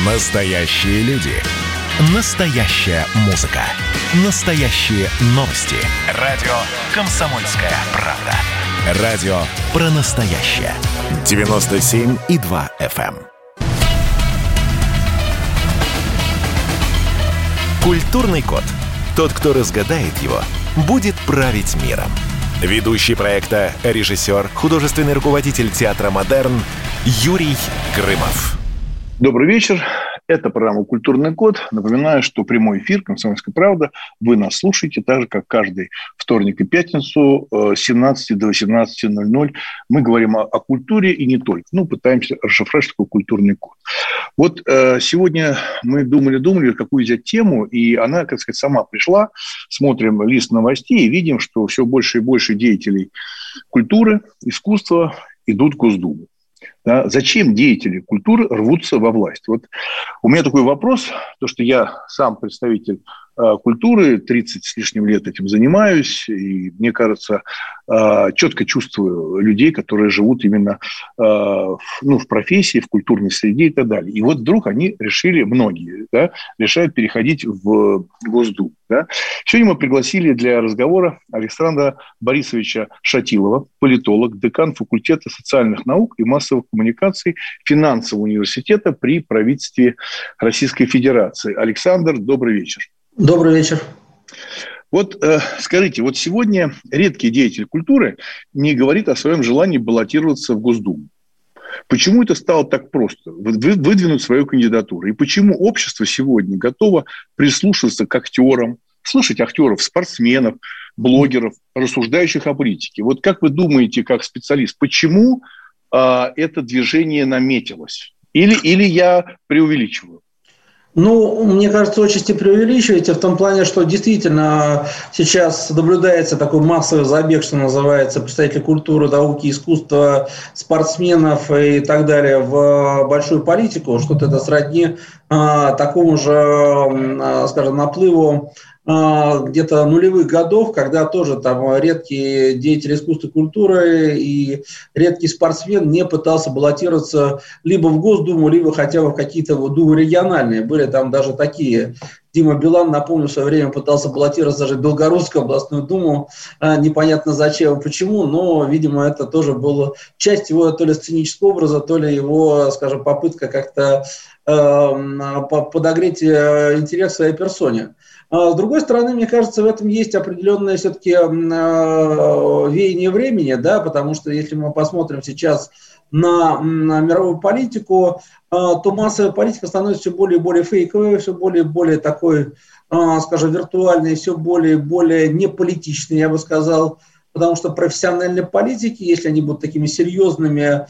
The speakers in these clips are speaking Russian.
Настоящие люди. Настоящая музыка. Настоящие новости. Радио «Комсомольская правда». Радио про настоящее. 97,2 FM. Культурный код. Тот, кто разгадает его, будет править миром. Ведущий проекта, режиссер, художественный руководитель театра «Модерн» Юрий Грымов. Добрый вечер. Это программа «Культурный код». Напоминаю, что прямой эфир «Комсомольская правда». Вы нас слушаете так же, как каждый вторник и пятницу с 17 до 18:00. Мы говорим о культуре и не только. Пытаемся расшифровать, что такое культурный код. Вот сегодня мы думали, какую взять тему, и она, сама пришла. Смотрим лист новостей и видим, что все больше и больше деятелей культуры, искусства идут в Госдуму. Да? Зачем деятели культуры рвутся во власть? Вот у меня такой вопрос, то, что я сам представитель культуры, 30 с лишним лет этим занимаюсь, и, мне кажется, четко чувствую людей, которые живут именно в профессии, в культурной среде и так далее. И вот вдруг они решили, многие, решают переходить в Госдуму. Да? Сегодня мы пригласили для разговора Александра Борисовича Шатилова, политолог, декан факультета социальных наук и массовых коммуникаций финансового университета при правительстве Российской Федерации. Александр, добрый вечер. Добрый вечер. Вот скажите, вот сегодня редкий деятель культуры не говорит о своем желании баллотироваться в Госдуму. Почему это стало так просто? Выдвинуть свою кандидатуру. И почему общество сегодня готово прислушиваться к актерам, слышать актеров, спортсменов, блогеров, рассуждающих о политике? Вот как вы думаете, как специалист, почему это движение наметилось? Или я преувеличиваю? Мне кажется, отчасти преувеличиваете в том плане, что действительно сейчас наблюдается такой массовый забег, что называется, представителей культуры, науки, искусства, спортсменов и так далее в большую политику. Что-то это сродни такому же, скажем, наплыву где-то нулевых годов, когда тоже там редкие деятели искусства и культуры и редкий спортсмен не пытался баллотироваться либо в Госдуму, либо хотя бы в какие-то думы региональные. Были там даже такие. Дима Билан, напомню, в свое время пытался баллотироваться даже в Белгородскую областную думу. Непонятно зачем и почему, но, видимо, это тоже была часть его то ли сценического образа, то ли его, скажем, попытка как-то подогреть интерес к своей персоне. С другой стороны, мне кажется, в этом есть определенное все-таки веяние времени, да, потому что если мы посмотрим сейчас на мировую политику, то массовая политика становится все более и более фейковой, все более и более такой, скажем, виртуальной, все более и более неполитичной, я бы сказал. Потому что профессиональные политики, если они будут такими серьезными,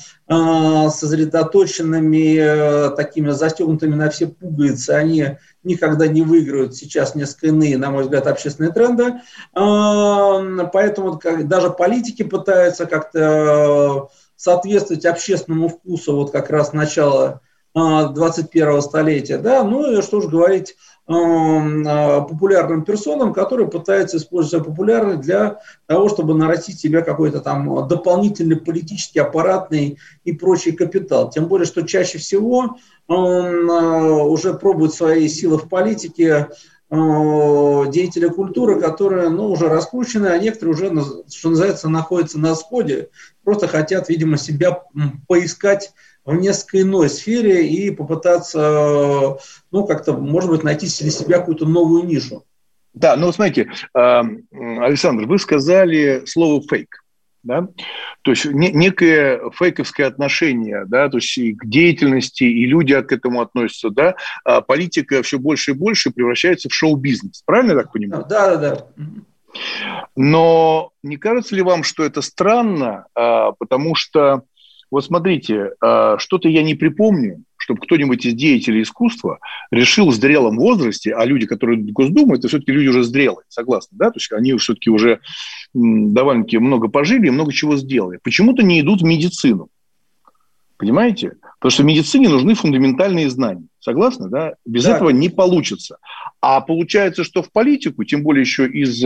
сосредоточенными, такими застегнутыми на все пуговицы, они никогда не выиграют. Сейчас несколько иные, на мой взгляд, общественные тренды. Поэтому даже политики пытаются как-то соответствовать общественному вкусу, вот как раз начала 21-го столетия. Да? И что же говорить популярным персонам, которые пытаются использовать свою популярность для того, чтобы нарастить себе какой-то там дополнительный политический, аппаратный и прочий капитал. Тем более, что чаще всего уже пробуют свои силы в политике деятели культуры, которые уже раскручены, а некоторые уже, что называется, находятся на сходе, просто хотят, видимо, себя поискать в несколько иной сфере и попытаться, как-то, может быть, найти для себя какую-то новую нишу. Да, смотрите, Александр, вы сказали слово «фейк». Да? То есть некое фейковское отношение, да, то есть и к деятельности, и люди к этому относятся, да, а политика все больше и больше превращается в шоу-бизнес. Правильно я так понимаю? Да. Но не кажется ли вам, что это странно, потому что, вот смотрите, что-то я не припомню, чтобы кто-нибудь из деятелей искусства решил в зрелом возрасте, а люди, которые идут в Госдуму, это все-таки люди уже зрелые, согласны, да? То есть они все-таки уже довольно-таки много пожили и много чего сделали. Почему-то не идут в медицину. Понимаете? Потому что в медицине нужны фундаментальные знания. Согласны, да? Без этого не получится. А получается, что в политику, тем более еще из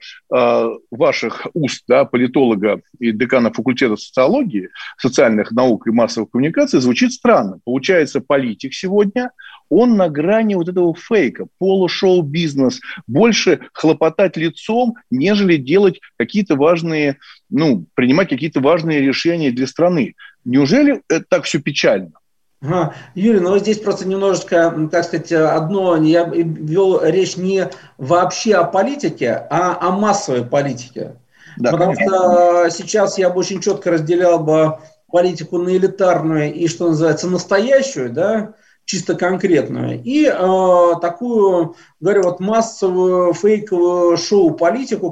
ваших уст, да, политолога и декана факультета социологии, социальных наук и массовых коммуникаций, звучит странно. Получается, политик сегодня, он на грани вот этого фейка, полушоу-бизнес, больше хлопотать лицом, нежели делать какие-то важные, принимать какие-то важные решения для страны. Неужели это так все печально? Юрий, ну здесь просто немножечко, так сказать, одно, я вел речь не вообще о политике, а о массовой политике. Да, потому что сейчас я бы очень четко разделял бы политику на элитарную и, что называется, настоящую, да, чисто конкретную, и такую, говорю, вот массовую фейковую шоу-политику,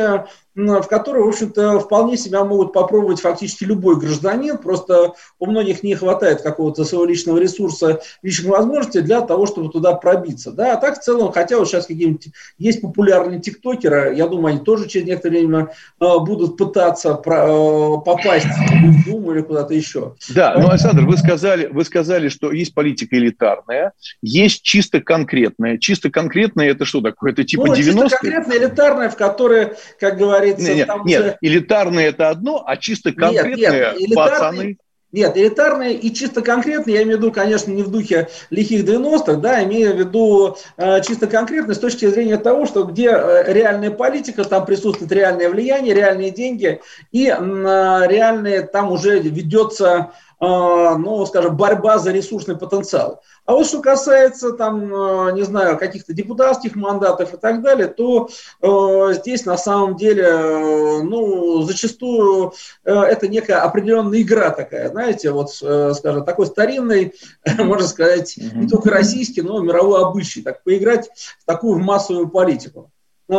в которой, в общем-то, вполне себя могут попробовать фактически любой гражданин, просто у многих не хватает какого-то своего личного ресурса, личных возможностей для того, чтобы туда пробиться. Да? А так в целом, хотя вот сейчас какие-нибудь есть популярные тиктокеры, я думаю, они тоже через некоторое время будут пытаться попасть в Думу или куда-то еще. Да, но, Александр, вы сказали, что есть политика элитарная, есть чисто конкретная. Чисто конкретная – это что такое? Это типа 90-е? Чисто конкретная, элитарная, в которой, как говорится... Нет, элитарное это одно, а чисто конкретное пацаны... Нет, элитарные и чисто конкретные, я имею в виду, конечно, не в духе лихих 90-х, да, имею в виду чисто конкретно с точки зрения того, что где реальная политика, там присутствует реальное влияние, реальные деньги, и реальные там уже ведется, скажем, борьба за ресурсный потенциал. А вот что касается, там, не знаю, каких-то депутатских мандатов и так далее, то здесь на самом деле, зачастую это некая определенная игра такая, знаете, вот, скажем, такой старинный, можно сказать, не только российский, но и мировой обычай, так поиграть в такую массовую политику.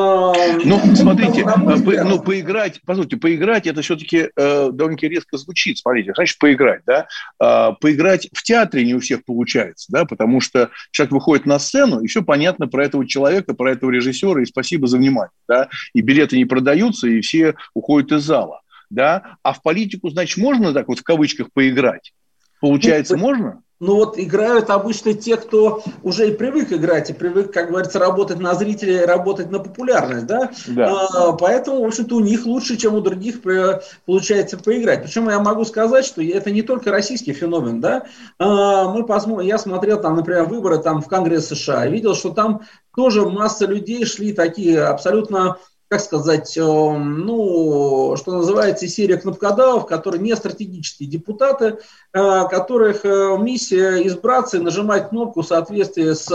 Смотрите, поиграть это все-таки довольно-таки резко звучит. Смотрите, значит, поиграть, да? Поиграть в театре не у всех получается, да, потому что человек выходит на сцену, и все понятно про этого человека, про этого режиссера, и спасибо за внимание, да, и билеты не продаются, и все уходят из зала, да, а в политику, значит, можно так вот в кавычках поиграть? Получается, можно? Играют обычно те, кто уже и привык играть, и привык, как говорится, работать на зрителей, работать на популярность, да? Да. Поэтому, в общем-то, у них лучше, чем у других получается поиграть. Причем я могу сказать, что это не только российский феномен, да? Я смотрел там, например, выборы там в Конгресс США, и видел, что там тоже масса людей шли такие абсолютно, как сказать, что называется, серия кнопкодавов, которые не стратегические депутаты, которых миссия избраться и нажимать кнопку в соответствии с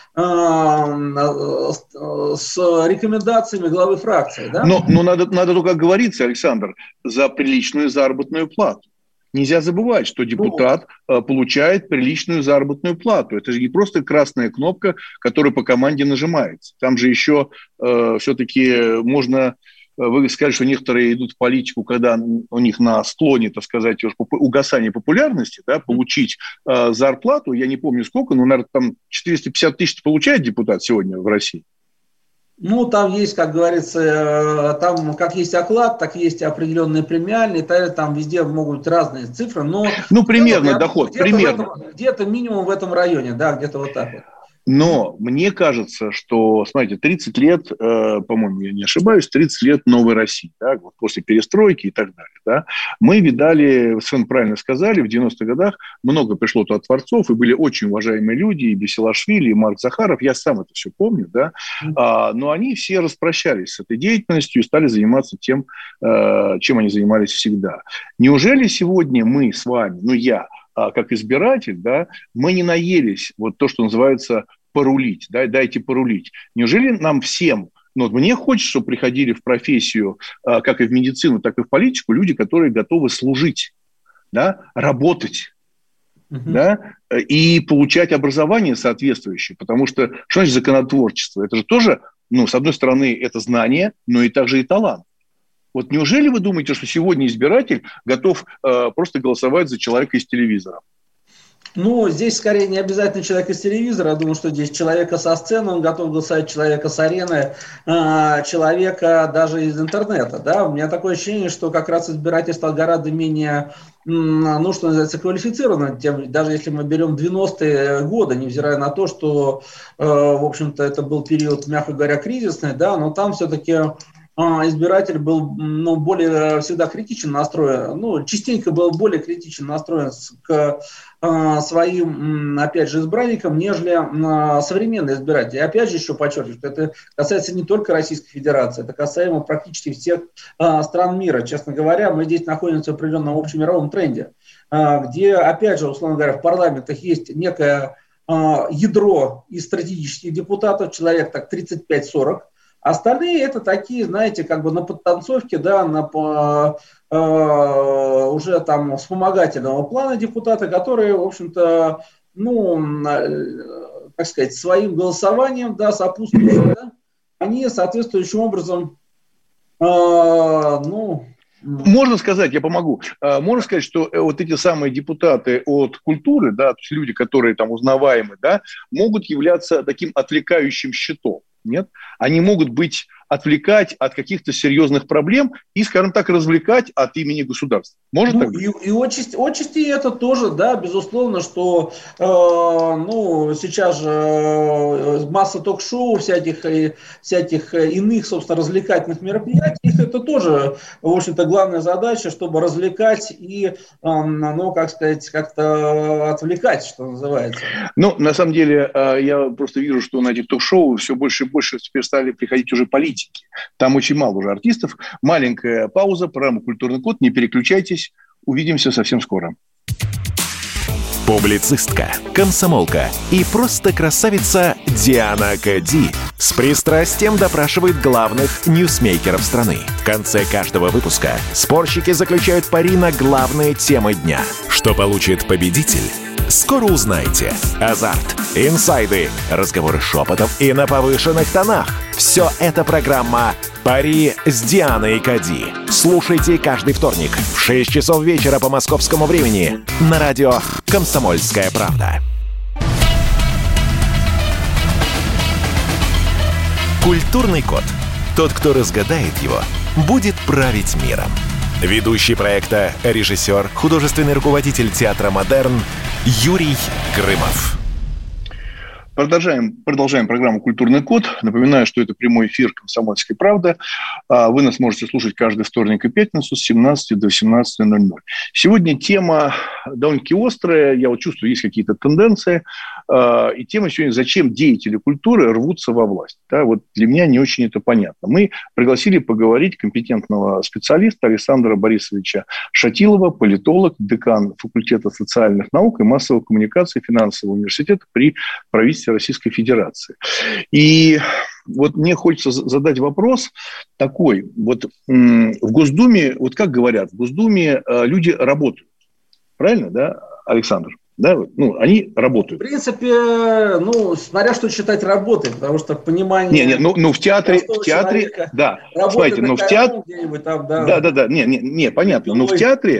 рекомендациями главы фракции. Да? Но надо только говориться, Александр, за приличную заработную плату. Нельзя забывать, что депутат получает приличную заработную плату. Это же не просто красная кнопка, которая по команде нажимается. Там же еще все-таки можно... Вы сказали, что некоторые идут в политику, когда у них на склоне, так сказать, угасания популярности, да, получить зарплату, я не помню сколько, но, наверное, там 450 тысяч получает депутат сегодня в России. Там есть, как говорится, там как есть оклад, так есть определенные премиальные, там везде могут быть разные цифры, но... примерно доход, примерно. Где-то минимум в этом районе, да, где-то вот так вот. Но мне кажется, что, смотрите, 30 лет, по-моему, я не ошибаюсь, 30 лет новой России, да, вот после перестройки и так далее. Да. Мы видали, вы совершенно правильно сказали, в 90-х годах много пришло туда творцов, и были очень уважаемые люди, и Бессилашвили, и Марк Захаров, я сам это все помню, да, но они все распрощались с этой деятельностью и стали заниматься тем, чем они занимались всегда. Неужели сегодня мы с вами, я, как избиратель, да, мы не наелись вот то, что называется порулить, да, дайте порулить. Неужели нам всем, мне хочется, чтобы приходили в профессию, как и в медицину, так и в политику, люди, которые готовы служить, да, работать, да, и получать образование соответствующее, потому что значит законотворчество? Это же тоже, с одной стороны, это знание, но и также и талант. Вот неужели вы думаете, что сегодня избиратель готов просто голосовать за человека из телевизора? Ну, здесь скорее не обязательно человек из телевизора. Я думаю, что здесь человека со сцены, он готов голосовать, человека с арены, человека даже из интернета. Да? У меня такое ощущение, что как раз избиратель стал гораздо менее, ну, что называется, квалифицированным. Даже если мы берем 90-е годы, невзирая на то, что, в общем-то, это был период, мягко говоря, кризисный, да, но там все-таки избиратель был, ну, более всегда критично настроен, ну, частенько был более критично настроен к своим, опять же, избранникам, нежели современные избиратели. И опять же еще подчеркиваю, что это касается не только Российской Федерации, это касаемо практически всех стран мира. Честно говоря, мы здесь находимся в определенном общемировом тренде, где, опять же, условно говоря, в парламентах есть некое ядро из стратегических депутатов, человек так 35-40, остальные это такие, знаете, как бы на подтанцовке, да, уже там вспомогательного плана депутаты, которые, в общем-то, ну, так сказать, своим голосованием, да, сопутствуют, да, они соответствующим образом, ну... Можно сказать, я помогу, можно сказать, что вот эти самые депутаты от культуры, да, то есть люди, которые там узнаваемы, да, могут являться таким отвлекающим щитом. Нет? Они могут быть отвлекать от каких-то серьезных проблем и, скажем так, развлекать от имени государства. Может так быть? И отчасти это тоже, да, безусловно, что ну, сейчас же масса ток-шоу, всяких иных, собственно, развлекательных мероприятий, это тоже, в общем-то, главная задача, чтобы развлекать и, ну, как сказать, как-то отвлекать, что называется. Ну, на самом деле, я просто вижу, что на этих ток-шоу все больше и больше теперь стали приходить уже политики. Там очень мало уже артистов. Маленькая пауза, программа «Культурный код». Не переключайтесь. Увидимся совсем скоро. Публицистка, комсомолка и просто красавица Диана Кади с пристрастием допрашивает главных ньюсмейкеров страны. В конце каждого выпуска спорщики заключают пари на главные темы дня. Что получит победитель? Скоро узнаете. Азарт, инсайды, разговоры шепотов и на повышенных тонах. Все это программа «Пари с Дианой Кади». Слушайте каждый вторник в 6 часов вечера по московскому времени на радио «Комсомольская правда». Культурный код. Тот, кто разгадает его, будет править миром. Ведущий проекта, режиссер, художественный руководитель театра «Модерн» Юрий Грымов. Продолжаем программу «Культурный код». Напоминаю, что это прямой эфир «Комсомольской правды». Вы нас можете слушать каждый вторник и пятницу с 17 до 18:00. Сегодня тема довольно-таки острая. Я вот чувствую, есть какие-то тенденции. И тема сегодня «Зачем деятели культуры рвутся во власть?». Да, вот для меня не очень это понятно. Мы пригласили поговорить компетентного специалиста Александра Борисовича Шатилова, политолог, декан факультета социальных наук и массовых коммуникаций финансового университета при правительстве Российской Федерации. И вот мне хочется задать вопрос такой. Вот в Госдуме, вот как говорят, в Госдуме люди работают. Правильно, да, Александр? Да, ну, они работают. В принципе, ну, смотря что считать работой, потому что понимание... Ну, в театре, да. Смотрите, но в театре... Да, не, понятно. Но в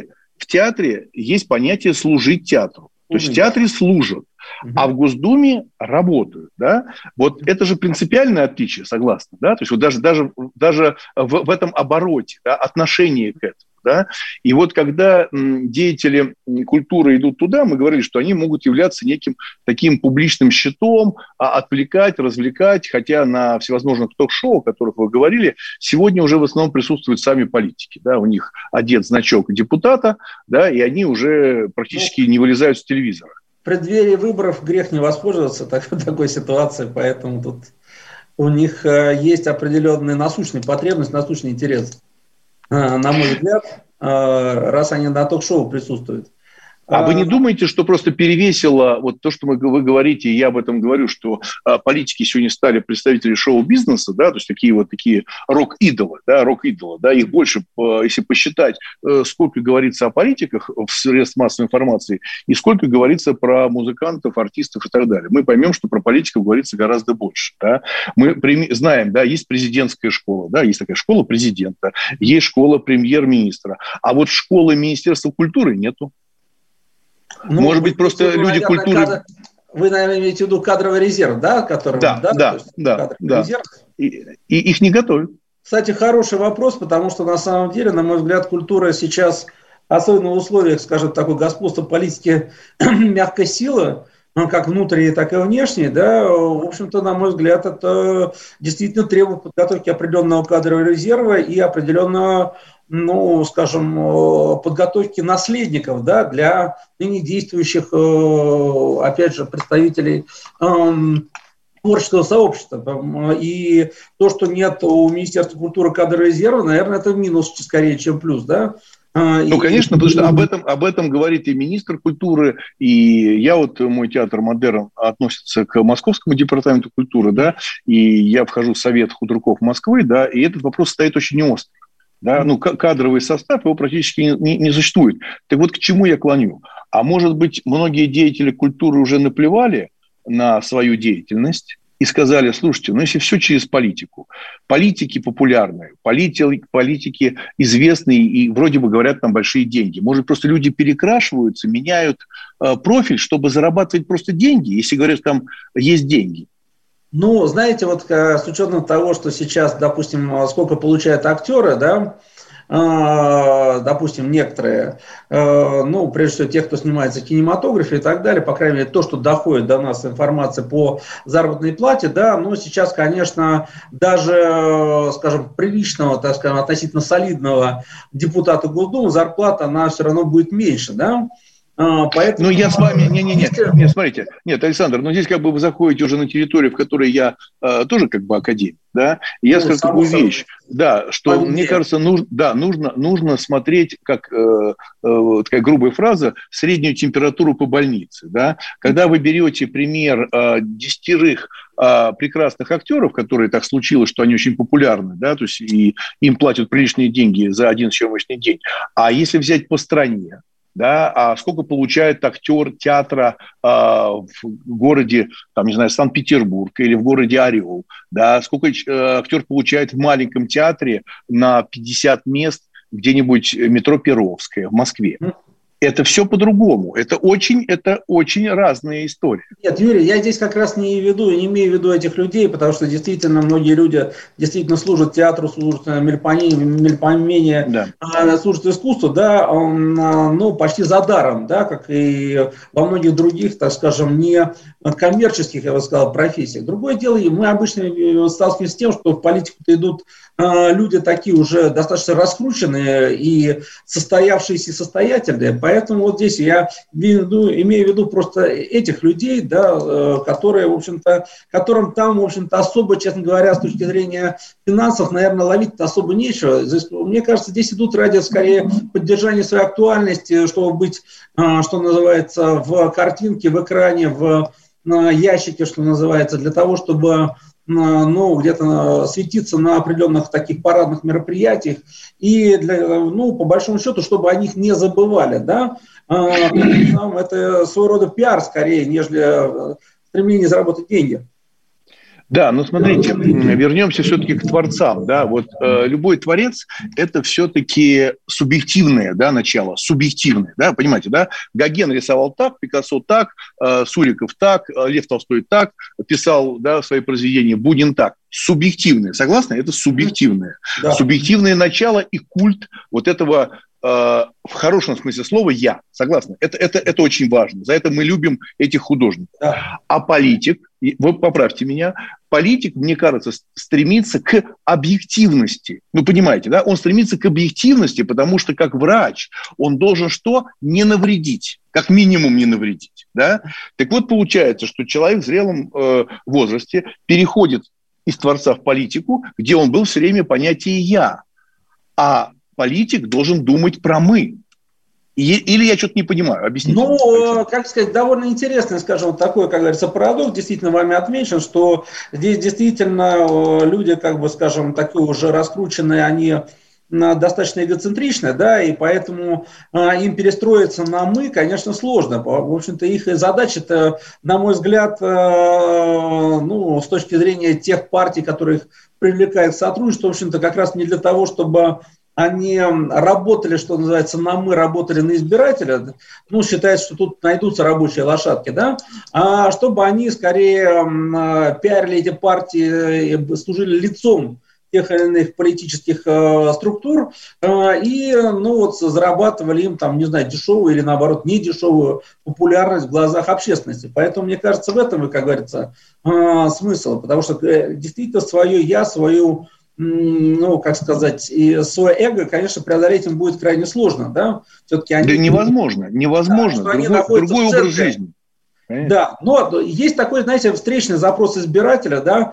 театре есть понятие «служить театру». То есть в театре служат, а в Госдуме работают, да? Вот это же принципиальное отличие, согласны, да? То есть вот даже в этом обороте, да, отношение к этому. Да? И вот когда деятели культуры идут туда, мы говорили, что они могут являться неким таким публичным щитом, отвлекать, развлекать, хотя на всевозможных ток-шоу, о которых вы говорили, сегодня уже в основном присутствуют сами политики. Да? У них одет значок депутата, да, и они уже практически не вылезают с телевизора. В преддверии выборов грех не воспользоваться такой ситуацией, поэтому тут у них есть определенная насущная потребность, насущный интерес. На мой взгляд, раз они на ток-шоу присутствуют. А вы не думаете, что просто перевесило вот то, что вы говорите, и я об этом говорю, что политики сегодня стали представители шоу-бизнеса, да, то есть такие рок-идолы, да, их больше, если посчитать, сколько говорится о политиках в средствах массовой информации и сколько говорится про музыкантов, артистов и так далее. Мы поймем, что про политиков говорится гораздо больше, да. Мы знаем, да, есть президентская школа, да, есть такая школа президента, есть школа премьер-министра, а вот школы Министерства культуры нету. Ну, может быть, просто люди культуры... Вы, наверное, имеете в виду кадровый резерв, да? Который, да. Резерв? И их не готовят. Кстати, хороший вопрос, потому что, на самом деле, на мой взгляд, культура сейчас, особенно в условиях, скажем, такой господства политики мягкой силы, как внутренней, так и внешней, да, в общем-то, на мой взгляд, это действительно требует подготовки определенного кадрового резерва и определенного, ну, скажем, подготовки наследников, да, для ныне действующих, опять же, представителей творческого сообщества. И то, что нет у Министерства культуры кадрового резерва, наверное, это минус скорее, чем плюс, да. Ну, конечно, потому что об этом говорит и министр культуры, и я вот, мой театр «Модерн» относится к Московскому департаменту культуры, да, и я вхожу в Совет худруков Москвы, да, и этот вопрос стоит очень остро. Да, ну, кадровый состав, его практически не существует. Так вот, к чему я клоню? А может быть, многие деятели культуры уже наплевали на свою деятельность и сказали: слушайте, ну если все через политику, политики популярные, политики известные и вроде бы говорят там большие деньги, может просто люди перекрашиваются, меняют профиль, чтобы зарабатывать просто деньги, если говорят, там есть деньги. Ну, знаете, вот с учетом того, что сейчас, допустим, сколько получают актеры, да, допустим, некоторые, ну, прежде всего, те, кто снимается в кинематографе и так далее, по крайней мере, то, что доходит до нас информация по заработной плате, да, но сейчас, конечно, даже, скажем, приличного, так скажем, относительно солидного депутата Госдумы зарплата, она все равно будет меньше, да. Поэтому... Ну, я с вами... Нет, смотрите. Нет, Александр, но здесь как бы вы заходите уже на территорию, в которой я тоже как бы академик, да, и я скажу такую вещь, да, что, мне кажется, нужно смотреть, как такая грубая фраза, среднюю температуру по больнице, да. Когда вы берете пример 10 прекрасных актеров, которые так случилось, что они очень популярны, да, то есть и им платят приличные деньги за один съемочный день, а если взять по стране, да, а сколько получает актер театра в городе, там, не знаю, Санкт-Петербург или в городе Орел, да, сколько актер получает в маленьком театре на 50 мест где-нибудь метро Перовская в Москве. Это все по-другому. Это очень разные истории. Нет, Юрий, я здесь как раз не имею в виду этих людей, потому что действительно многие люди действительно служат театру, служат мельпомене, да. Служат искусству, да, ну, почти за даром, да, как и во многих других, так скажем, не коммерческих, я бы сказал, профессиях. Другое дело, мы обычно сталкиваемся с тем, что в политику-то идут люди такие уже достаточно раскрученные и состоявшиеся, и состоятельные. Поэтому вот здесь я имею в виду просто этих людей, да, которые, в общем-то, которым там, в общем-то, особо, честно говоря, с точки зрения финансов, наверное, ловить-то особо нечего. Мне кажется, здесь идут ради, скорее, поддержания своей актуальности, чтобы быть, что называется, в картинке, в экране, в ящике, что называется, для того, чтобы ну, где-то светиться на определенных таких парадных мероприятиях и, ну, по большому счету, чтобы о них не забывали, да, это своего рода пиар скорее, нежели стремление заработать деньги. Да, но смотрите, вернемся все-таки к творцам, да, вот любой творец – это все-таки субъективное, да, начало, субъективное, да, понимаете, да, Гоген рисовал так, Пикассо так, Суриков так, Лев Толстой так, писал, да, свои произведения, Бунин так, субъективное, согласны? Это субъективное, да. Субъективное начало и культ вот этого, в хорошем смысле слова, я, согласны? Это очень важно. За это мы любим этих художников. Да. А политик, вы поправьте меня, политик, мне кажется, стремится к объективности. Ну, понимаете, да? Он стремится к объективности, потому что как врач он должен что? Не навредить. Как минимум не навредить. Да? Так вот, получается, что человек в зрелом возрасте переходит из творца в политику, где он был все время понятие «я». А политик должен думать про «мы». Или я что-то не понимаю? Объясните. Ну, как сказать, довольно интересный, скажем, такой, как говорится, парадокс, действительно вами отмечен, что здесь действительно люди, как бы, скажем, такие уже раскрученные, они достаточно эгоцентричны, да, и поэтому им перестроиться на «мы», конечно, сложно. В общем-то, их задача-то, на мой взгляд, ну, с точки зрения тех партий, которые их привлекают к сотрудничеству, в общем-то, как раз не для того, чтобы они работали, что называется, работали на избирателя, считается, что тут найдутся рабочие лошадки, да, а чтобы они скорее пиарили эти партии, служили лицом тех или иных политических структур и, зарабатывали им, дешевую или, наоборот, недешевую популярность в глазах общественности. Поэтому, мне кажется, в этом, как говорится, смысл, потому что действительно свое «я», свою, и свое эго, конечно, преодолеть им будет крайне сложно, да? Все-таки они... Да невозможно. Другой образ жизни. Да, но есть такой, встречный запрос избирателя, да,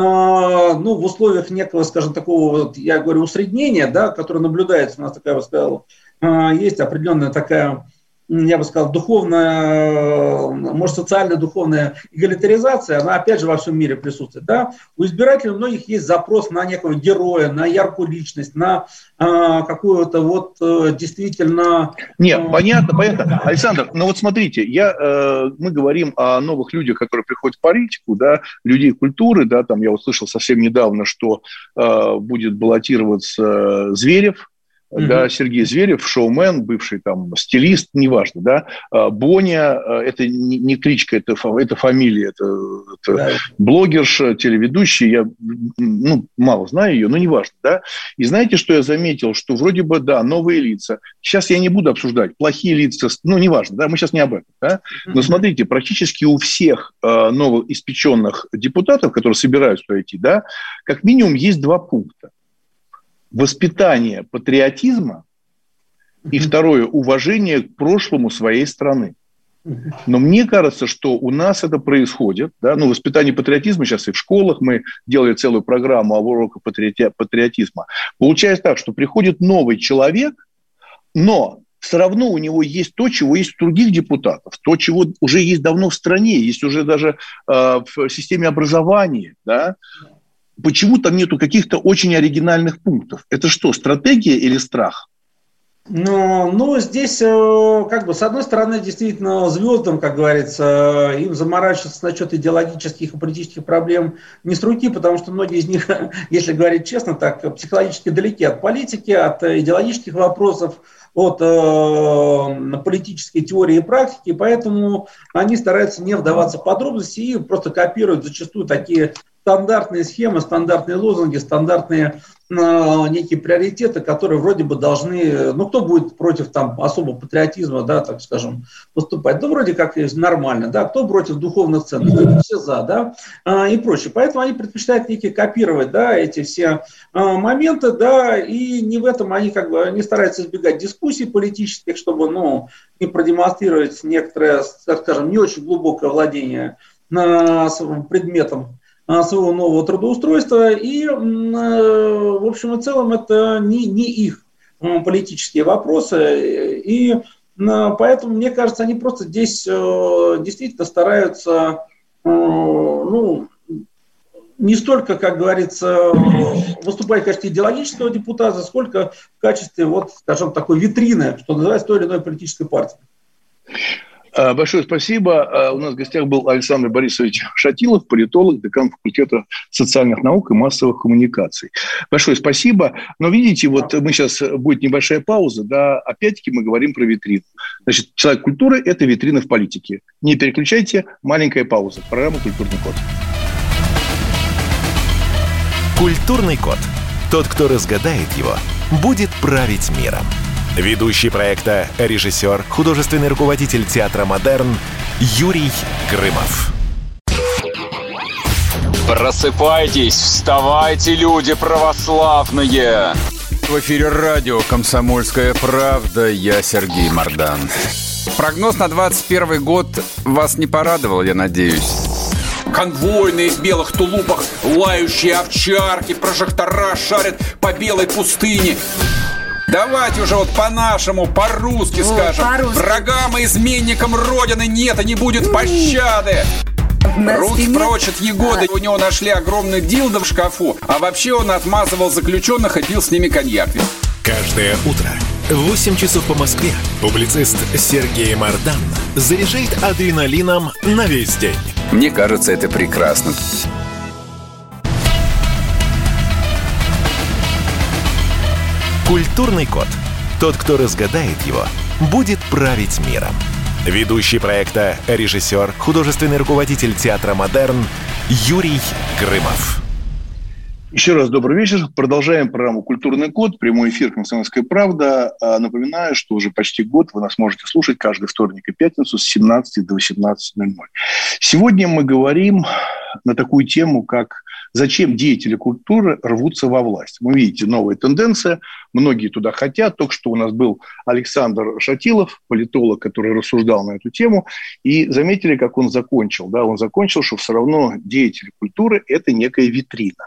в условиях некого, скажем, такого, я говорю, усреднения, да, которое наблюдается, у нас такая, есть определенная такая, я бы сказал, духовная, может, социальная, духовная эгалитаризация, она опять же во всем мире присутствует. Да? У избирателей у многих есть запрос на некого героя, на яркую личность, на какую-то действительно... Нет, понятно. Александр, смотрите, мы говорим о новых людях, которые приходят в политику, да, людей культуры, да, там я услышал совсем недавно, что будет баллотироваться Зверев, да, Сергей Зверев, шоумен, бывший стилист, неважно, да, Боня, это не кличка, это фамилия, это блогерша, телеведущий, я мало знаю ее, но неважно, да. И знаете, что я заметил? Что вроде бы, да, новые лица. Сейчас я не буду обсуждать плохие лица, неважно, да, мы сейчас не об этом, да. Но смотрите, практически у всех новоиспеченных депутатов, которые собираются идти, да, как минимум есть 2 пункта. Воспитание патриотизма и второе, уважение к прошлому своей страны. Но мне кажется, что у нас это происходит. Да? Воспитание патриотизма сейчас и в школах. Мы делали целую программу о уроках патриотизма. Получается так, что приходит новый человек, но все равно у него есть то, чего есть у других депутатов. То, чего уже есть давно в стране. Есть уже даже в системе образования, да? Почему там нету каких-то очень оригинальных пунктов? Это что, стратегия или страх? Здесь, с одной стороны, действительно, звездам, как говорится, им заморачиваться насчет идеологических и политических проблем не с руки, потому что многие из них, если говорить честно, так психологически далеки от политики, от идеологических вопросов, от политической теории и практики, поэтому они стараются не вдаваться в подробности и просто копируют зачастую такие стандартные схемы, стандартные лозунги, стандартные некие приоритеты, которые вроде бы должны, кто будет против особого патриотизма, да, так скажем, поступать, вроде как нормально, да, кто против духовных ценностей, все за, да, и прочее. Поэтому они предпочитают некие копировать, да, эти все моменты, да, и не в этом они они стараются избегать дискуссий политических, чтобы, не продемонстрировать некоторое, так скажем, не очень глубокое владение предметом своего нового трудоустройства, и, в общем и целом, это не их политические вопросы, и поэтому, мне кажется, они просто здесь действительно стараются, не столько, как говорится, выступать в качестве идеологического депутата, сколько в качестве, скажем, такой витрины, что называется, той или иной политической партии. Большое спасибо. У нас в гостях был Александр Борисович Шатилов, политолог, декан факультета социальных наук и массовых коммуникаций. Большое спасибо. Но видите, мы сейчас будет небольшая пауза, да, опять-таки мы говорим про витрину. Значит, человек культуры – это витрина в политике. Не переключайте, маленькая пауза. Программа «Культурный код». Культурный код. Тот, кто разгадает его, будет править миром. Ведущий проекта, режиссер, художественный руководитель театра «Модерн» Юрий Грымов. Просыпайтесь, вставайте, люди православные! В эфире радио «Комсомольская правда». Я Сергей Мардан. Прогноз на 2021 год вас не порадовал, я надеюсь. Конвойные в белых тулупах, лающие овчарки, прожектора шарят по белой пустыне. Давайте уже по-нашему, по-русски скажем. По-русски. Врагам и изменникам Родины нет и не будет пощады. Руки прочь от Егоды. У него нашли огромный дилдо в шкафу. А вообще он отмазывал заключенных и пил с ними коньяк. Каждое утро в 8 часов по Москве публицист Сергей Мардан заряжает адреналином на весь день. Мне кажется, это прекрасно. Культурный код. Тот, кто разгадает его, будет править миром. Ведущий проекта, режиссер, художественный руководитель театра «Модерн» Юрий Грымов. Еще раз добрый вечер. Продолжаем программу «Культурный код». Прямой эфир «Комсомольская правда». Напоминаю, что уже почти год вы нас можете слушать каждый вторник и пятницу с 17 до 18:00. Сегодня мы говорим на такую тему, как «Зачем деятели культуры рвутся во власть?». Вы видите, новая тенденция. Многие туда хотят. Только что у нас был Александр Шатилов, политолог, который рассуждал на эту тему. И заметили, как он закончил. Да, он закончил, что все равно деятели культуры – это некая витрина.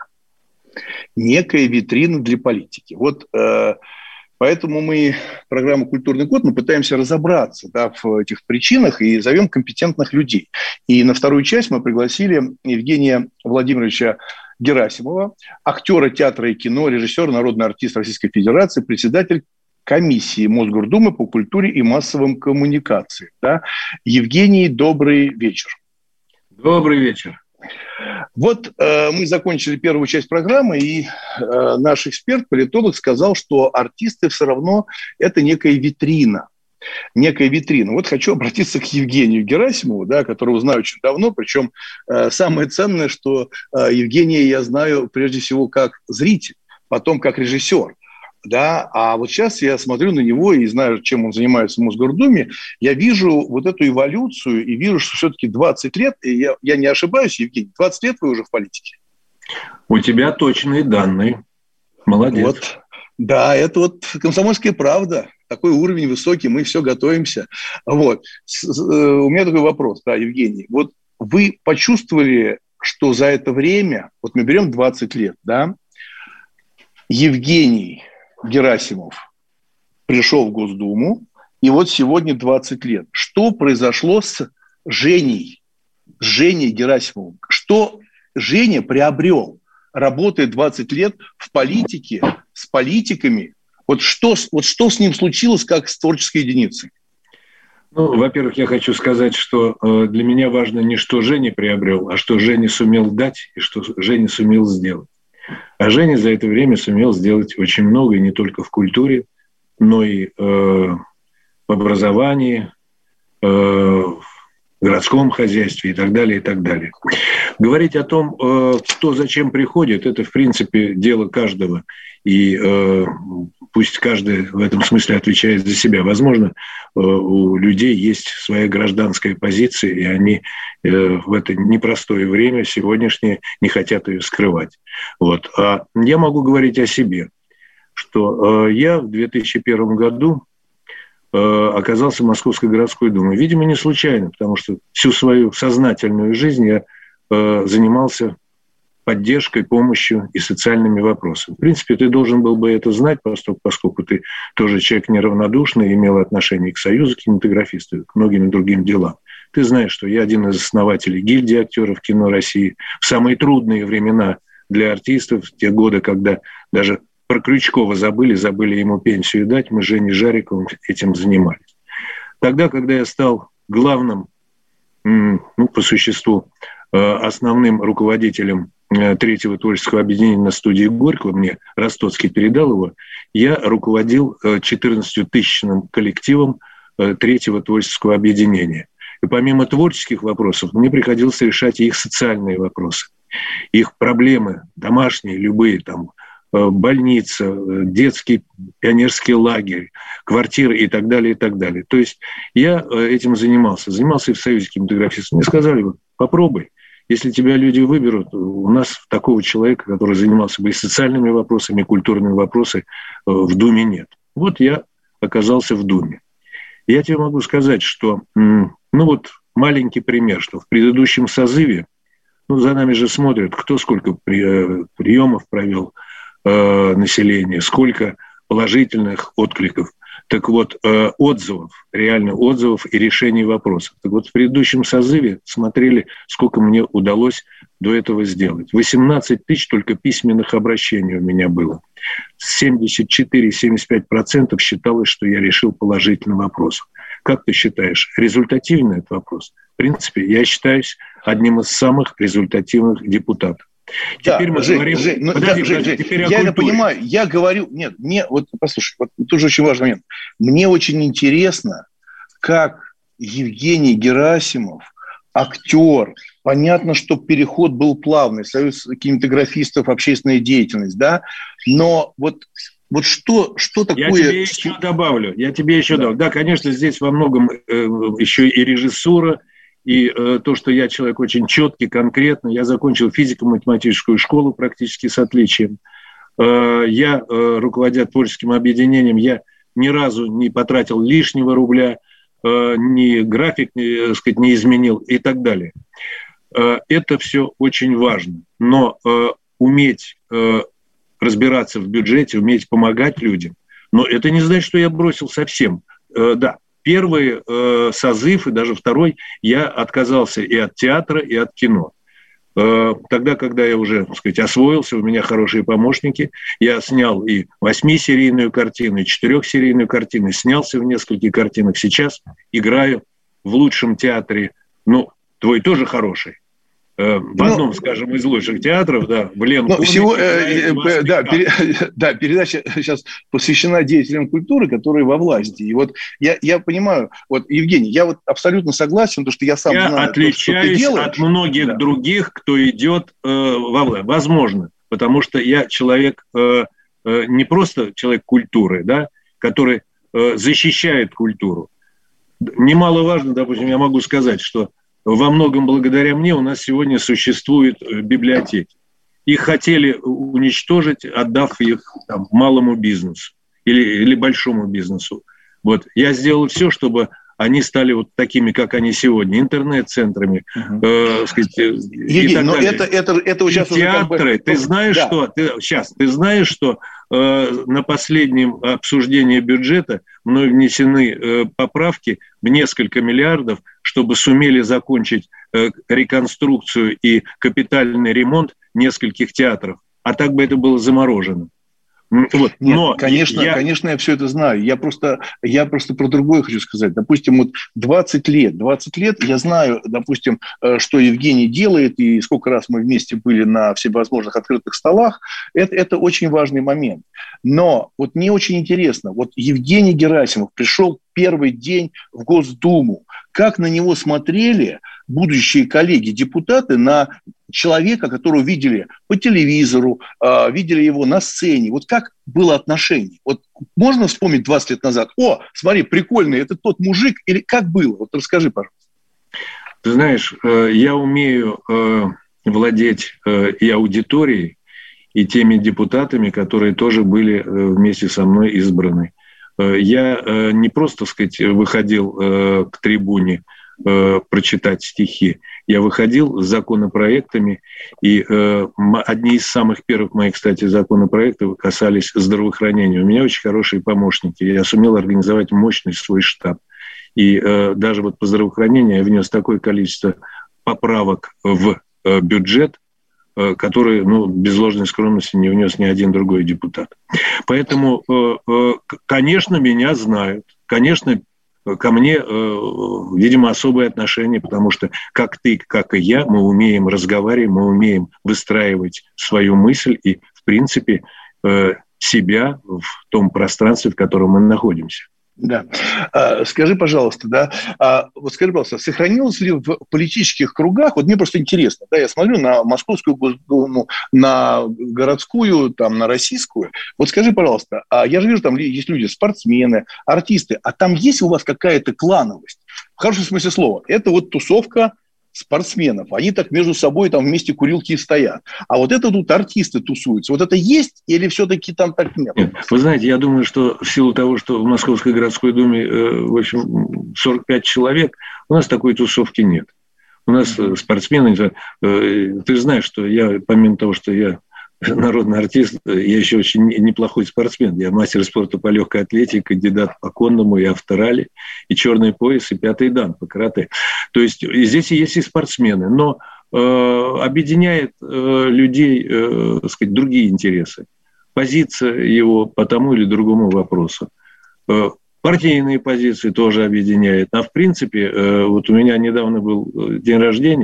Некая витрина для политики. Вот поэтому мы программу «Культурный код» мы пытаемся разобраться, да, в этих причинах и зовем компетентных людей. И на вторую часть мы пригласили Евгения Владимировича Герасимова, актера театра и кино, режиссер, народный артист Российской Федерации, председатель комиссии Мосгордумы по культуре и массовым коммуникациям. Да. Евгений, добрый вечер. Добрый вечер. Вот мы закончили первую часть программы, и наш эксперт, политолог, сказал, что артисты все равно это некая витрина. Некая витрина. Вот хочу обратиться к Евгению Герасимову, да, которого знаю очень давно, причем самое ценное, что Евгения я знаю прежде всего как зритель, потом как режиссер. Да, а вот сейчас я смотрю на него и знаю, чем он занимается в Мосгордуме, я вижу вот эту эволюцию и вижу, что все-таки 20 лет, и я не ошибаюсь, Евгений, 20 лет вы уже в политике? У тебя точные данные. Молодец. Вот. Да, это вот «Комсомольская правда». Такой уровень высокий, мы все готовимся. Вот. У меня такой вопрос, да, Евгений. Вот вы почувствовали, что за это время, вот мы берем 20 лет, да, Евгений Герасимов пришел в Госдуму, и вот сегодня 20 лет. Что произошло с Женей Герасимовым? Что Женя приобрел, работая 20 лет в политике, с политиками? Вот что с ним случилось, как с творческой единицей? Ну, во-первых, я хочу сказать, что для меня важно не что Женя приобрел, а что Женя сумел дать и что Женя сумел сделать. А Женя за это время сумел сделать очень много, и не только в культуре, но и в образовании, в городском хозяйстве и так далее, и так далее. Говорить о том, кто зачем приходит, это, в принципе, дело каждого. И пусть каждый в этом смысле отвечает за себя. Возможно, у людей есть своя гражданская позиция, и они в это непростое время сегодняшнее не хотят ее скрывать. Вот. А я могу говорить о себе, что я в 2001 году оказался в Московской городской думе. Видимо, не случайно, потому что всю свою сознательную жизнь я занимался поддержкой, помощью и социальными вопросами. В принципе, ты должен был бы это знать, поскольку ты тоже человек неравнодушный, имел отношение к Союзу кинематографистов, к многим другим делам. Ты знаешь, что я один из основателей гильдии актеров кино России. В самые трудные времена для артистов, в те годы, когда даже про Крючкова забыли ему пенсию дать, мы с Женей Жариковым этим занимались. Тогда, когда я стал главным, по существу, основным руководителем третьего творческого объединения на студии Горького, мне Ростоцкий передал его, я руководил 14-тысячным коллективом третьего творческого объединения. И помимо творческих вопросов, мне приходилось решать и их социальные вопросы, их проблемы домашние, любые, там, больница, детский пионерский лагерь, квартиры и так далее, и так далее. То есть я этим занимался и в Союзе кинематографистов. Мне сказали, попробуй. Если тебя люди выберут, у нас такого человека, который занимался бы и социальными вопросами, и культурными вопросами, в Думе нет. Вот я оказался в Думе. Я тебе могу сказать, что, маленький пример, что в предыдущем созыве, за нами же смотрят, кто сколько приемов провел населения, сколько положительных откликов. Так вот, отзывов, реально отзывов и решений вопросов. Так вот, в предыдущем созыве смотрели, сколько мне удалось до этого сделать. 18 тысяч только письменных обращений у меня было. 74-75% считалось, что я решил положительный вопрос. Как ты считаешь, результативный этот вопрос? В принципе, я считаюсь одним из самых результативных депутатов. Теперь мы говорим... Жень, я это понимаю, я говорю... Нет, мне... Вот послушай, вот тоже очень важный момент. Мне очень интересно, как Евгений Герасимов, актер, понятно, что переход был плавный, союз кинематографистов, общественная деятельность, да, но вот что такое... Я тебе еще добавлю. Да, конечно, здесь во многом еще и режиссура, и то, что я человек очень четкий, конкретный. Я закончил физико-математическую школу практически с отличием. Я, руководя творческим объединением, я ни разу не потратил лишнего рубля, ни график, так сказать, не изменил и так далее. Это все очень важно. Но уметь разбираться в бюджете, уметь помогать людям, но это не значит, что я бросил совсем. Да, первый созыв и даже второй я отказался и от театра, и от кино. Тогда, когда я уже, так сказать, освоился, у меня хорошие помощники, я снял и 8-серийную картину, и 4-серийную картину, снялся в нескольких картинах. Сейчас играю в лучшем театре, ну, твой тоже хороший, в одном, скажем, из лучших театров, да, в Ленкоме. Передача сейчас посвящена деятелям культуры, которые во власти. И вот я понимаю, вот, Евгений, я вот абсолютно согласен, потому что я сам знаю, отличаюсь что ты делаешь. От многих других, кто идет во власть. Возможно, потому что я человек, не просто человек культуры, да, который защищает культуру. Немаловажно, допустим, я могу сказать, что во многом благодаря мне у нас сегодня существуют библиотеки. Их хотели уничтожить, отдав их там, малому бизнесу или большому бизнесу. Вот. Я сделал все, чтобы они стали вот такими, как они сегодня, интернет-центрами, сказать, Евгений, и так но далее. Это сейчас театры, уже как бы... Ты знаешь, что на последнем обсуждении бюджета мной внесены поправки в несколько миллиардов, чтобы сумели закончить реконструкцию и капитальный ремонт нескольких театров. А так бы это было заморожено. Вот. Нет, но конечно, я все это знаю. Я просто про другое хочу сказать. Допустим, вот 20 лет я знаю, допустим, что Евгений делает, и сколько раз мы вместе были на всевозможных открытых столах. Это очень важный момент. Но вот мне очень интересно, вот Евгений Герасимов пришел первый день в Госдуму. Как на него смотрели будущие коллеги-депутаты на человека, которого видели по телевизору, видели его на сцене. Вот как было отношение? Вот можно вспомнить 20 лет назад? О, смотри, прикольный, это тот мужик. Или как было? Вот расскажи, пожалуйста. Ты знаешь, я умею владеть и аудиторией, и теми депутатами, которые тоже были вместе со мной избраны. Я не просто, так сказать, выходил к трибуне прочитать стихи. Я выходил с законопроектами, и одни из самых первых моих, кстати, законопроектов касались здравоохранения. У меня очень хорошие помощники. Я сумел организовать мощный свой штаб. И даже вот по здравоохранению я внес такое количество поправок в бюджет, который, без ложной скромности не внес ни один другой депутат. Поэтому, конечно, меня знают. Конечно, ко мне, видимо, особое отношение, потому что как ты, как и я, мы умеем разговаривать, мы умеем выстраивать свою мысль и, в принципе, себя в том пространстве, в котором мы находимся. Да. Скажи, пожалуйста, сохранилось ли в политических кругах, вот мне просто интересно, да, я смотрю на Московскую Госдуму, на городскую, там, на российскую, вот скажи, пожалуйста, я же вижу, там есть люди, спортсмены, артисты, а там есть у вас какая-то клановость? В хорошем смысле слова. Это вот тусовка спортсменов. Они так между собой там вместе курилки стоят. А вот это тут артисты тусуются. Вот это есть или все-таки там так нет? Нет. Вы знаете, я думаю, что в силу того, что в Московской городской думе, в общем, 45 человек, у нас такой тусовки нет. У нас спортсмены... Ты знаешь, что я, помимо того, что я народный артист, я еще очень неплохой спортсмен. Я мастер спорта по легкой атлетике, кандидат по конному и авторали, и черный пояс, и 5-й дан по карате. То есть здесь есть и спортсмены, но объединяет людей, так сказать, другие интересы. Позиция его по тому или другому вопросу. Партийные позиции тоже объединяет. А в принципе, вот у меня недавно был день рождения,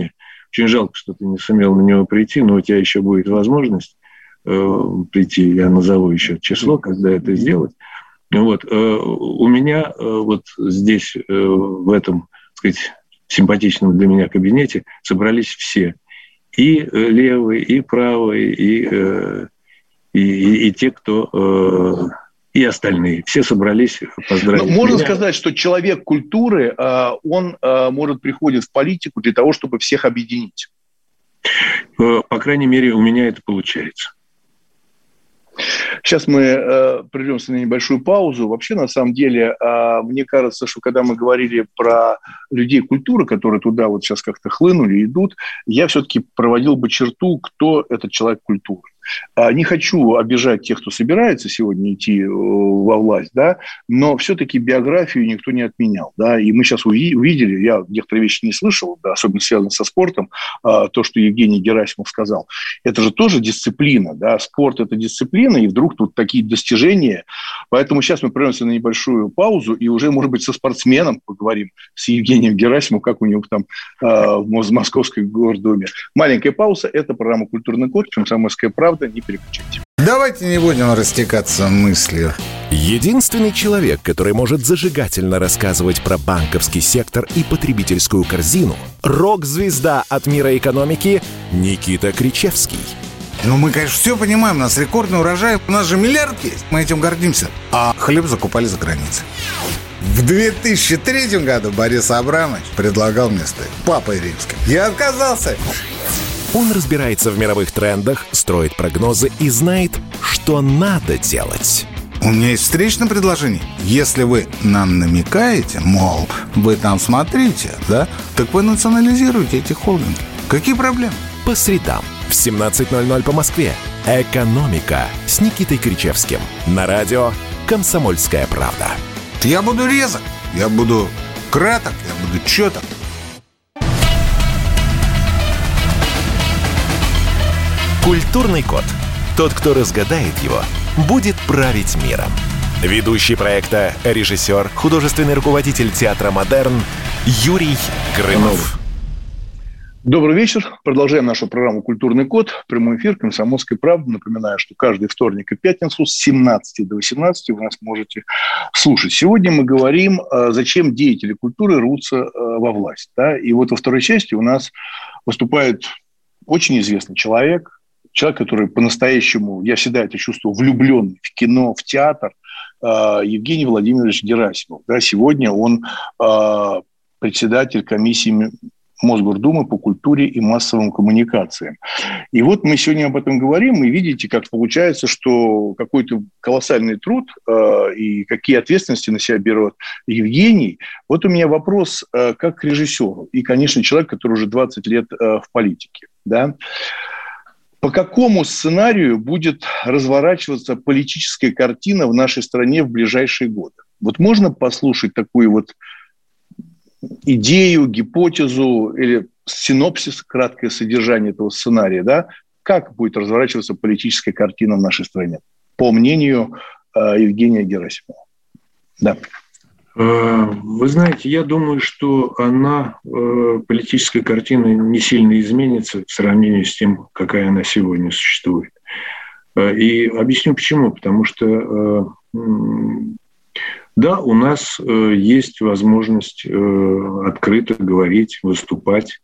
Очень жалко, что ты не сумел на него прийти, но у тебя еще будет возможность прийти, я назову еще число, когда это сделать. Вот. У меня вот здесь, в этом, так сказать, симпатичном для меня кабинете собрались все. И левые, и правые, и те, кто... и остальные. Все собрались поздравить меня. Можно сказать, что человек культуры, он, может, приходит в политику для того, чтобы всех объединить? По крайней мере, у меня это получается. Сейчас мы прервемся на небольшую паузу. Вообще, на самом деле, мне кажется, что когда мы говорили про людей культуры, которые туда вот сейчас как-то хлынули, идут, я все-таки проводил бы черту, кто этот человек культуры. Не хочу обижать тех, кто собирается сегодня идти во власть, да, но все-таки биографию никто не отменял. Да, и мы сейчас увидели, я некоторые вещи не слышал, да, особенно связанные со спортом, то, что Евгений Герасимов сказал. Это же тоже дисциплина. Да, спорт – это дисциплина, и вдруг тут такие достижения. Поэтому сейчас мы прервемся на небольшую паузу, и уже, может быть, со спортсменом поговорим, с Евгением Герасимовым, как у него там в Московской гордуме. Маленькая пауза – это программа «Культурный код», «Комсомольская правда». Не переключайте. Давайте не будем растекаться мыслью. Единственный человек, который может зажигательно рассказывать про банковский сектор и потребительскую корзину – рок-звезда от мира экономики Никита Кричевский. Ну, мы, конечно, все понимаем, у нас рекордный урожай, у нас же миллиард есть, мы этим гордимся. А хлеб закупали за границей. В 2003 году Борис Абрамович предлагал мне стать папой римским. Я отказался. Он разбирается в мировых трендах, строит прогнозы и знает, что надо делать. У меня есть встречное предложение. Если вы нам намекаете, мол, вы там смотрите, да, так вы национализируете эти холдинги. Какие проблемы? По средам в 17:00 по Москве. «Экономика» с Никитой Кричевским. На радио «Комсомольская правда». Я буду резок, я буду краток, я буду чёток. Культурный код. Тот, кто разгадает его, будет править миром. Ведущий проекта, режиссер, художественный руководитель театра «Модерн» Юрий Грымов. Добрый вечер. Продолжаем нашу программу «Культурный код». Прямой эфир «Комсомольской правды». Напоминаю, что каждый вторник и пятницу с 17 до 18 вы нас можете слушать. Сегодня мы говорим, зачем деятели культуры рвутся во власть. Да? И вот во второй части у нас выступает очень известный человек, который по-настоящему, я всегда это чувствую, влюбленный в кино, в театр, Евгений Владимирович Герасимов. Да, сегодня он председатель комиссии Мосгордумы по культуре и массовым коммуникациям. И вот мы сегодня об этом говорим, и видите, как получается, что какой-то колоссальный труд и какие ответственности на себя берет Евгений. Вот у меня вопрос как к режиссеру и, конечно, человек, который уже 20 лет в политике. Да? По какому сценарию будет разворачиваться политическая картина в нашей стране в ближайшие годы? Вот можно послушать такую вот идею, гипотезу или синопсис, краткое содержание этого сценария, да? Как будет разворачиваться политическая картина в нашей стране, по мнению Евгения Герасимова? Да. Вы знаете, я думаю, что политическая картина не сильно изменится в сравнении с тем, какая она сегодня существует. И объясню почему. Потому что, да, у нас есть возможность открыто говорить, выступать.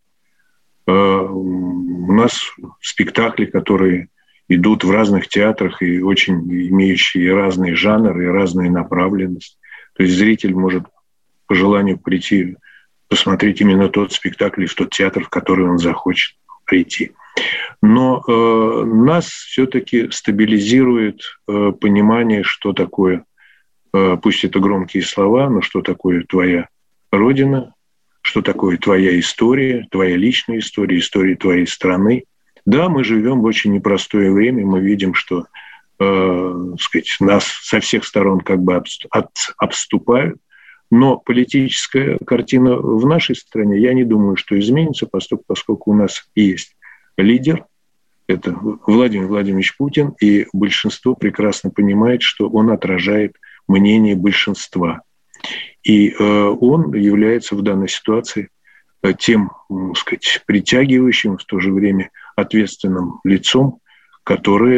У нас спектакли, которые идут в разных театрах и очень имеющие разные жанры и разные направленности. То есть зритель может по желанию прийти, посмотреть именно тот спектакль и в тот театр, в который он захочет прийти. Но нас все-таки стабилизирует понимание, что такое, пусть это громкие слова, но что такое твоя родина, что такое твоя история, твоя личная история, история твоей страны. Да, мы живем в очень непростое время, мы видим, что сказать, нас со всех сторон как бы обступают, но политическая картина в нашей стране, я не думаю, что изменится, поскольку у нас есть лидер, это Владимир Владимирович Путин, и большинство прекрасно понимает, что он отражает мнение большинства. И он является в данной ситуации тем, так сказать, притягивающим, в то же время ответственным лицом, который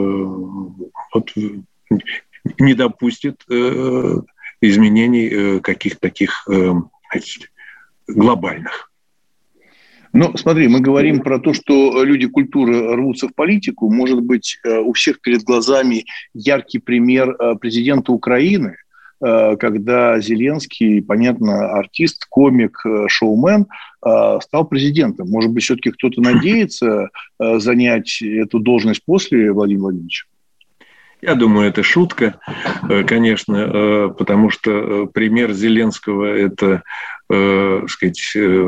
не допустит изменений каких-то таких глобальных. Ну, смотри, мы говорим про то, что люди культуры рвутся в политику. Может быть, у всех перед глазами яркий пример президента Украины, когда Зеленский, понятно, артист, комик, шоумен, стал президентом. Может быть, все-таки кто-то надеется занять эту должность после Владимира Владимировича? Я думаю, это шутка, конечно, потому что пример Зеленского – это, сказать,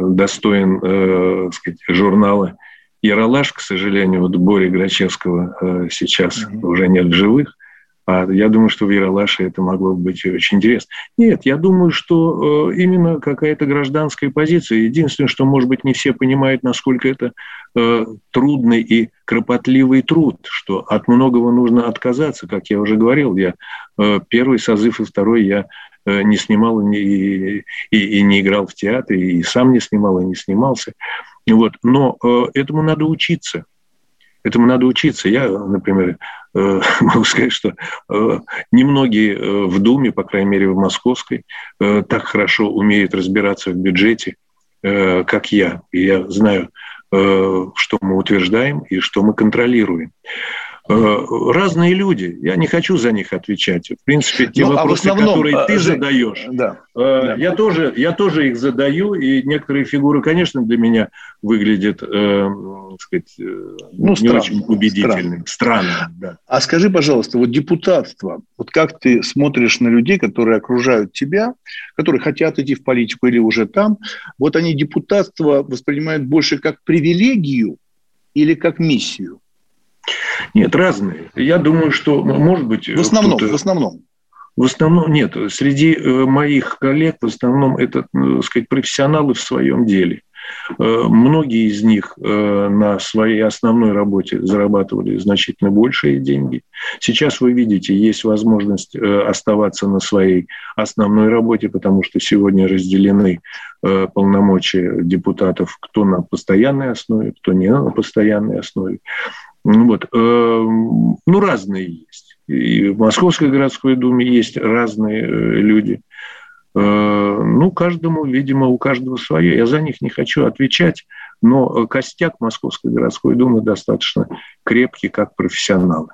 достоин, сказать, журнала «Ералаш», к сожалению, вот Бори Грачевского сейчас уже нет в живых. А я думаю, что в Ералаше это могло быть очень интересно. Нет, я думаю, что именно какая-то гражданская позиция. Единственное, что, может быть, не все понимают, насколько это трудный и кропотливый труд, что от многого нужно отказаться. Как я уже говорил, я первый созыв и второй я не снимал и не играл в театре, и сам не снимал, и не снимался. Вот. Но этому надо учиться. Этому надо учиться. Я, например, могу сказать, что немногие в Думе, по крайней мере, в Московской, так хорошо умеют разбираться в бюджете, как я. И я знаю, что мы утверждаем и что мы контролируем. Разные люди. Я не хочу за них отвечать. В принципе, те вопросы, которые ты задаешь, я тоже их задаю, и некоторые фигуры, конечно, для меня выглядят, так сказать, не очень убедительными. Странно, да. А скажи, пожалуйста, вот депутатство, вот как ты смотришь на людей, которые окружают тебя, которые хотят идти в политику или уже там, вот они депутатство воспринимают больше как привилегию или как миссию? Нет, разные. Я думаю, что, может быть... В основном нет. Среди моих коллег в основном это, так сказать, профессионалы в своем деле. Многие из них на своей основной работе зарабатывали значительно большие деньги. Сейчас вы видите, есть возможность оставаться на своей основной работе, потому что сегодня разделены полномочия депутатов кто на постоянной основе, кто не на постоянной основе. Вот. Ну, разные есть. И в Московской городской думе есть разные люди. Ну, каждому, видимо, у каждого свое. Я за них не хочу отвечать, но костяк Московской городской думы достаточно крепкий, как профессионалы.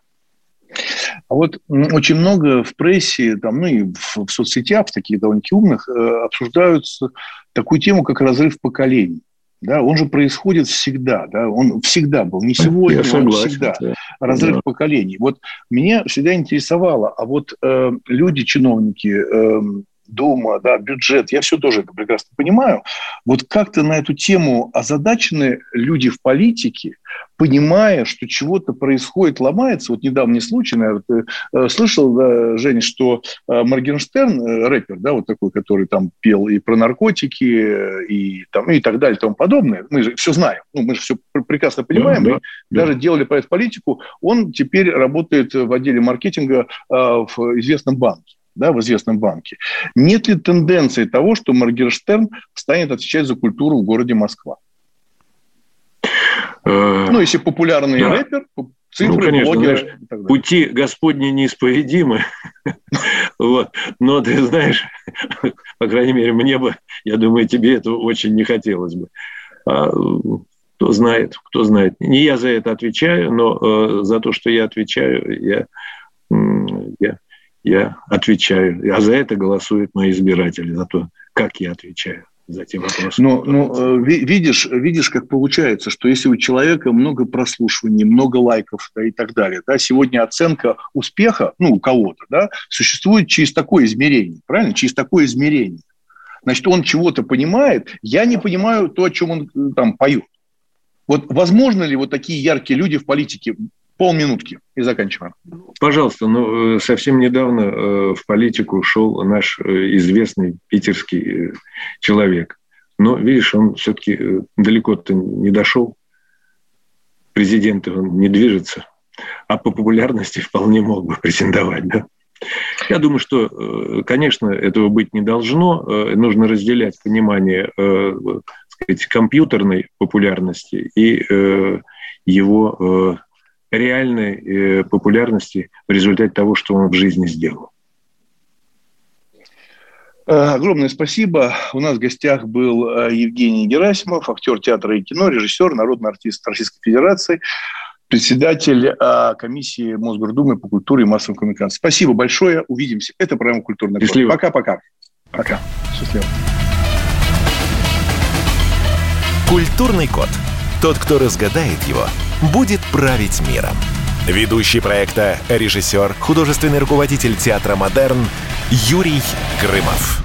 А вот очень много в прессе, там, ну и в соцсетях, в таких довольно-таки умных, обсуждаются такую тему, как разрыв поколений. Да, он же происходит всегда, да, он всегда был, не сегодня, он всегда. Да. Разрыв поколений. Вот меня всегда интересовало, а вот люди, чиновники, Дума, да, бюджет, я все тоже это прекрасно понимаю. Вот как-то на эту тему озадачены люди в политике, понимая, что чего-то происходит, ломается. Вот недавний случай, наверное, ты слышал, да, Женя, что Моргенштерн, рэпер, да, вот такой, который там пел и про наркотики, и так далее, и тому подобное. Мы же все знаем, мы же все прекрасно понимаем, да, даже делали про эту политику. Он теперь работает в отделе маркетинга в известном банке. Да, в известном банке. Нет ли тенденции того, что Моргенштерн станет отвечать за культуру в городе Москва? Ну, если популярный рэпер, цифры, конечно, блогеры. Знаешь, пути Господни неисповедимы. Вот. Но ты знаешь, по крайней мере, мне бы, я думаю, тебе этого очень не хотелось бы. Кто знает. Не я за это отвечаю, но за то, что я отвечаю, я отвечаю. А за это голосуют мои избиратели, за то, как я отвечаю за те вопросы. Видишь, как получается, что если у человека много прослушиваний, много лайков, да, и так далее, да, сегодня оценка успеха, у кого-то, да, существует через такое измерение, правильно? Через такое измерение. Значит, он чего-то понимает, я не понимаю то, о чем он там поет. Вот возможно ли вот такие яркие люди в политике? Полминутки и заканчиваем. Пожалуйста, совсем недавно в политику ушел наш известный питерский человек. Но, видишь, он все-таки далеко-то не дошел. Президент он не движется. А по популярности вполне мог бы претендовать, да? Я думаю, что, конечно, этого быть не должно. Нужно разделять понимание, так сказать, компьютерной популярности и его реальной популярности в результате того, что он в жизни сделал. Огромное спасибо. У нас в гостях был Евгений Герасимов, актер театра и кино, режиссер, народный артист Российской Федерации, председатель комиссии Мосгордумы по культуре и массовым коммуникациям. Спасибо большое. Увидимся. Это программа «Культурный код». Пока-пока. Пока. Счастливо. «Культурный код». Тот, кто разгадает его, будет править миром. Ведущий проекта, режиссер, художественный руководитель театра «Модерн» Юрий Грымов.